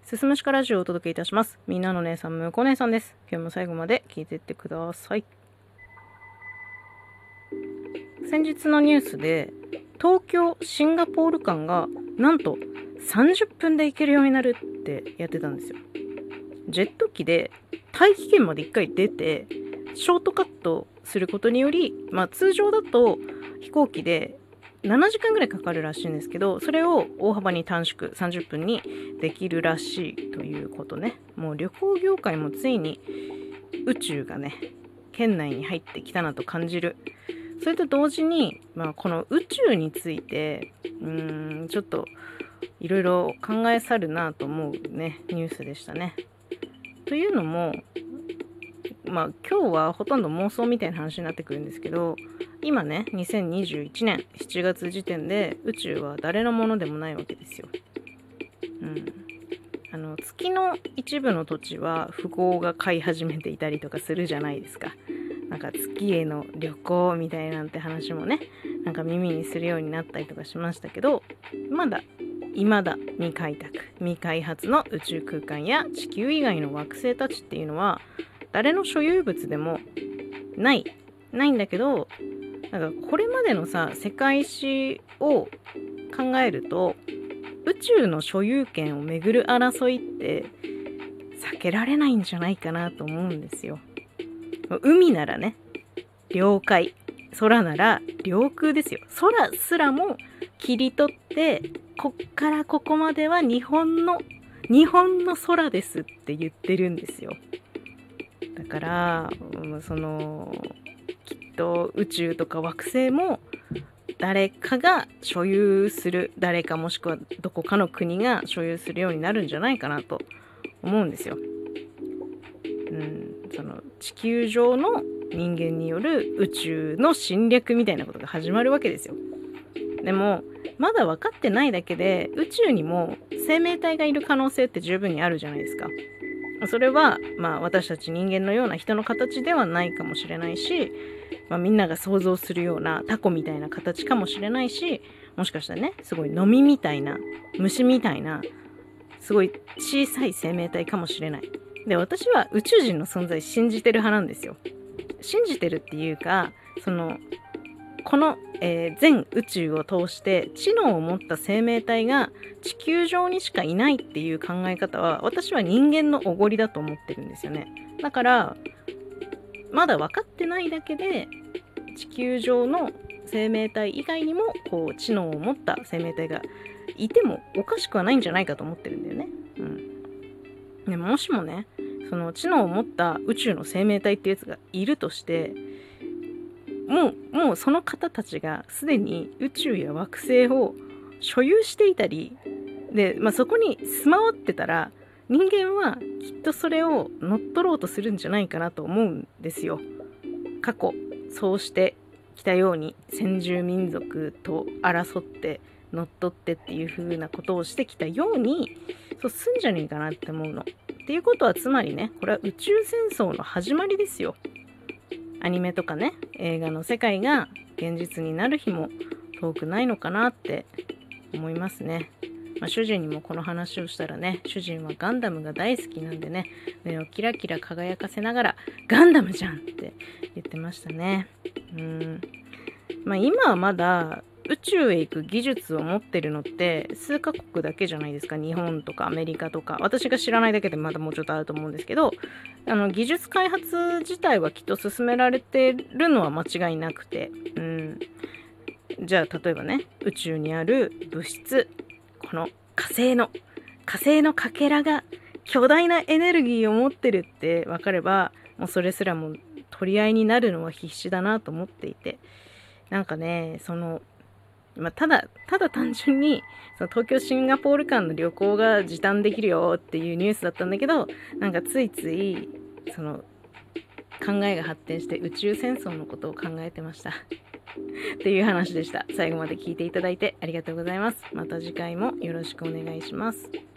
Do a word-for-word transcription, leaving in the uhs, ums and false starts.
すすむしかラジオをお届けいたします。みんなの姉さん、むこ姉さんです。今日も最後まで聞いていってください。先日のニュースで、東京シンガポール間がなんとさんじゅっぷんで行けるようになるってやってたんですよ。ジェット機で大気圏までいっかい出てショートカットすることにより、まあ通常だと飛行機でななじかんぐらいかかるらしいんですけど、それを大幅に短縮さんじゅっぷんにできるらしいということね。もう旅行業界もついに宇宙がね圏内に入ってきたなと感じる。それと同時に、まあ、この宇宙についてうーんちょっといろいろ考えさるなと思うねニュースでしたね。というのも、まあ今日はほとんど妄想みたいな話になってくるんですけど、今ねにせんにじゅういちねんしちがつ時点で宇宙は誰のものでもないわけですよ。うん、あの月の一部の土地は富豪が買い始めていたりとかするじゃないですか。なんか月への旅行みたいなんて話もね、なんか耳にするようになったりとかしましたけど、まだ未だ未開拓未開発の宇宙空間や地球以外の惑星たちっていうのは誰の所有物でもないないんだけど、なんかこれまでのさ世界史を考えると宇宙の所有権をめぐる争いって避けられないんじゃないかなと思うんですよ。海ならね領海、空なら領空ですよ。空すらも切り取ってこっからここまでは日本の日本の空ですって言ってるんですよ。だからそのきっと宇宙とか惑星も誰かが所有する、誰かもしくはどこかの国が所有するようになるんじゃないかなと思うんですよ。うん、その地球上の人間による宇宙の侵略みたいなことが始まるわけですよ。でもまだ分かってないだけで宇宙にも生命体がいる可能性って十分にあるじゃないですか。それはまあ私たち人間のような人の形ではないかもしれないし、まあ、みんなが想像するようなタコみたいな形かもしれないし、もしかしたらねすごいノミみたいな虫みたいなすごい小さい生命体かもしれない。で、私は宇宙人の存在信じてる派なんですよ。信じてるっていうか、そのこの、えー、全宇宙を通して知能を持った生命体が地球上にしかいないっていう考え方は私は人間のおごりだと思ってるんですよね。だからまだ分かってないだけで地球上の生命体以外にもこう知能を持った生命体がいてもおかしくはないんじゃないかと思ってるんだよね。うん。でももしもね、その知能を持った宇宙の生命体ってやつがいるとして、もうもうその方たちがすでに宇宙や惑星を所有していたりで、まあ、そこに住まわってたら人間はきっとそれを乗っ取ろうとするんじゃないかなと思うんですよ。過去そうしてきたように先住民族と争って乗っ取ってっていう風なことをしてきたようにそうすんじゃねえかなって思うの。っていうことはつまりね、これは宇宙戦争の始まりですよ。アニメとかね映画の世界が現実になる日も遠くないのかなって思いますね。まあ、主人にもこの話をしたらね、主人はガンダムが大好きなんでね、目をキラキラ輝かせながらガンダムじゃんって言ってましたね。うーん、まあ、今はまだ宇宙へ行く技術を持ってるのって数カ国だけじゃないですか。日本とかアメリカとか、私が知らないだけでまだもうちょっとあると思うんですけど、あの技術開発自体はきっと進められてるのは間違いなくて、うん、じゃあ例えばね宇宙にある物質、この火星の火星のかけらが巨大なエネルギーを持ってるって分かれば、もうそれすらも取り合いになるのは必死だなと思っていて、なんかねそのまあ、ただただ単純にその東京シンガポール間の旅行が時短できるよっていうニュースだったんだけど、なんかついついその考えが発展して宇宙戦争のことを考えてましたっていう話でした。最後まで聞いていただいてありがとうございます。また次回もよろしくお願いします。